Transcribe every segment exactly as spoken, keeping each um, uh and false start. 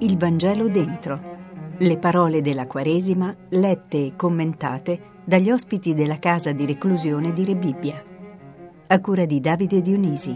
Il Vangelo dentro. Le parole della Quaresima lette e commentate dagli ospiti della casa di reclusione di Rebibbia. A cura di Davide Dionisi.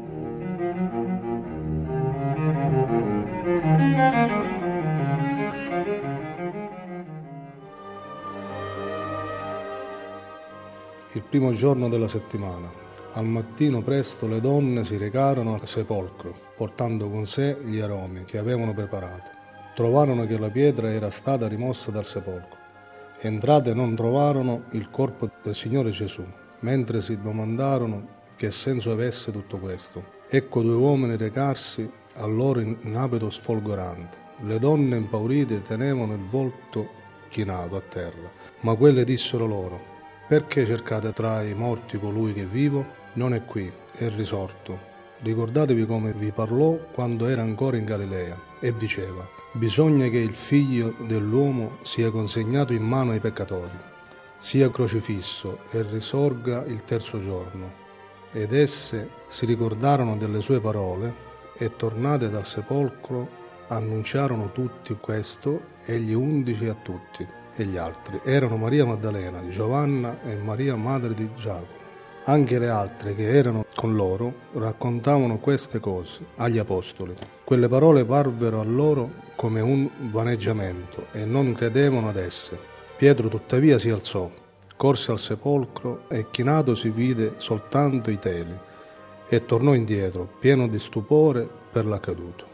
Il primo giorno della settimana. Al mattino presto le donne si recarono al sepolcro, portando con sé gli aromi che avevano preparato. Trovarono che la pietra era stata rimossa dal sepolcro. Entrate non trovarono il corpo del Signore Gesù, mentre si domandarono che senso avesse tutto questo. Ecco due uomini recarsi a loro in abito sfolgorante. Le donne impaurite tenevano il volto chinato a terra, ma quelle dissero loro: perché cercate tra i morti colui che è vivo? Non è qui, è risorto. Ricordatevi come vi parlò quando era ancora in Galilea e diceva: bisogna che il figlio dell'uomo sia consegnato in mano ai peccatori, sia crocifisso e risorga il terzo giorno. Ed esse si ricordarono delle sue parole e, tornate dal sepolcro, annunciarono tutti questo e gli undici a tutti. E gli altri erano Maria Maddalena, Giovanna e Maria madre di Giacomo. Anche le altre che erano con loro raccontavano queste cose agli apostoli. Quelle parole parvero a loro come un vaneggiamento e non credevano ad esse. Pietro tuttavia si alzò, corse al sepolcro e chinatosi vide soltanto i teli e tornò indietro, pieno di stupore per l'accaduto.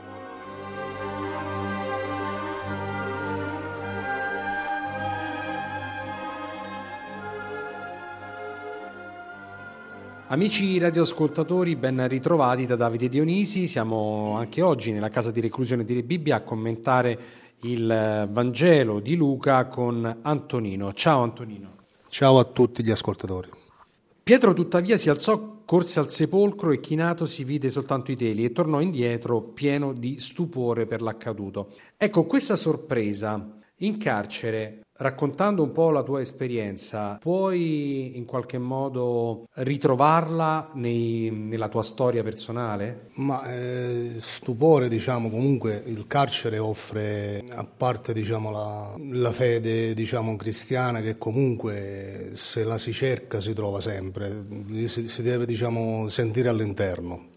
Amici radioascoltatori, ben ritrovati da Davide Dionisi. Siamo anche oggi nella casa di reclusione di Rebibbia a commentare il Vangelo di Luca con Antonino. Ciao Antonino. Ciao a tutti gli ascoltatori. Pietro tuttavia si alzò, corse al sepolcro e chinato si vide soltanto i teli e tornò indietro pieno di stupore per l'accaduto. Ecco, questa sorpresa in carcere, raccontando un po' la tua esperienza, puoi in qualche modo ritrovarla nei, nella tua storia personale? Ma eh, stupore, diciamo, comunque il carcere offre, a parte diciamo la, la fede diciamo cristiana, che comunque se la si cerca si trova sempre, si, si deve diciamo sentire all'interno.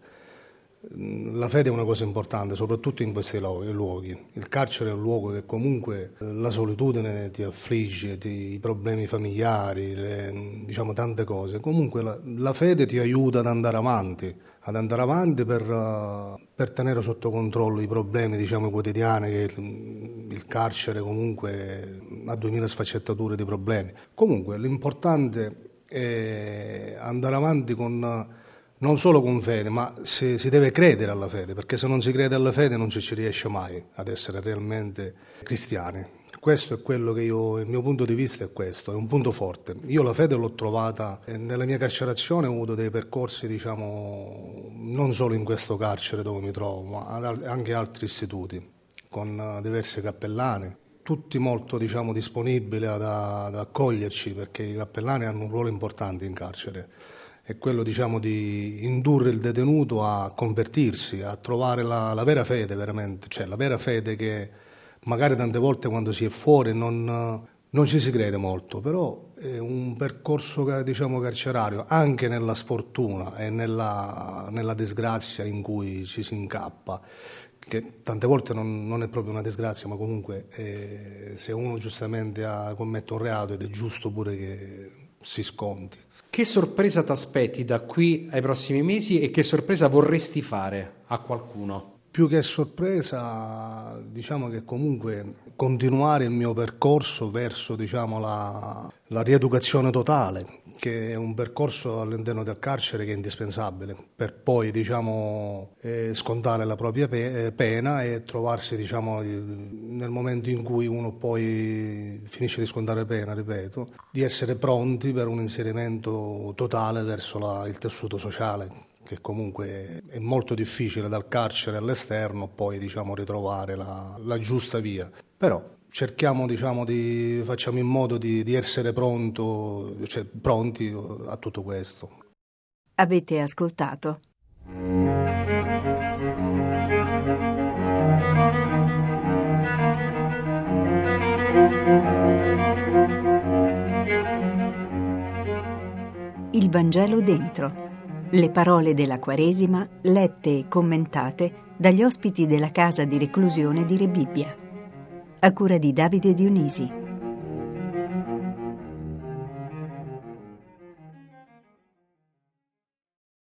La fede è una cosa importante, soprattutto in questi luoghi. Il carcere è un luogo che comunque la solitudine ti affligge, ti, i problemi familiari, le, diciamo tante cose. Comunque la, la fede ti aiuta ad andare avanti, ad andare avanti per, uh, per tenere sotto controllo i problemi diciamo quotidiani, che il, il carcere comunque ha duemila sfaccettature di problemi. Comunque l'importante è andare avanti con... non solo con fede, ma si, si deve credere alla fede, perché se non si crede alla fede non ci si riesce mai ad essere realmente cristiani. Questo è quello che io, il mio punto di vista è questo, è un punto forte. Io la fede l'ho trovata, nella mia carcerazione ho avuto dei percorsi, diciamo, non solo in questo carcere dove mi trovo, ma anche altri istituti, con diversi cappellani, tutti molto diciamo, disponibili ad, ad accoglierci, perché i cappellani hanno un ruolo importante in carcere. È quello diciamo di indurre il detenuto a convertirsi, a trovare la, la vera fede veramente, cioè la vera fede che magari tante volte quando si è fuori non, non ci si crede molto, però è un percorso diciamo carcerario, anche nella sfortuna e nella, nella disgrazia in cui ci si incappa, che tante volte non, non è proprio una disgrazia, ma comunque è, se uno giustamente ha, commette un reato ed è giusto pure che si sconti. Che sorpresa ti aspetti da qui ai prossimi mesi e che sorpresa vorresti fare a qualcuno? Più che sorpresa, diciamo che comunque continuare il mio percorso verso diciamo, la, la rieducazione totale, che è un percorso all'interno del carcere che è indispensabile per poi diciamo, eh, scontare la propria pe- pena e trovarsi diciamo, nel momento in cui uno poi finisce di scontare pena, ripeto, di essere pronti per un inserimento totale verso la, il tessuto sociale, che comunque è molto difficile dal carcere all'esterno poi diciamo ritrovare la, la giusta via. Però cerchiamo diciamo di facciamo in modo di, di essere pronto, cioè pronti a tutto questo. Avete ascoltato Il Vangelo dentro. Le parole della Quaresima lette e commentate dagli ospiti della casa di reclusione di Rebibbia. A cura di Davide Dionisi.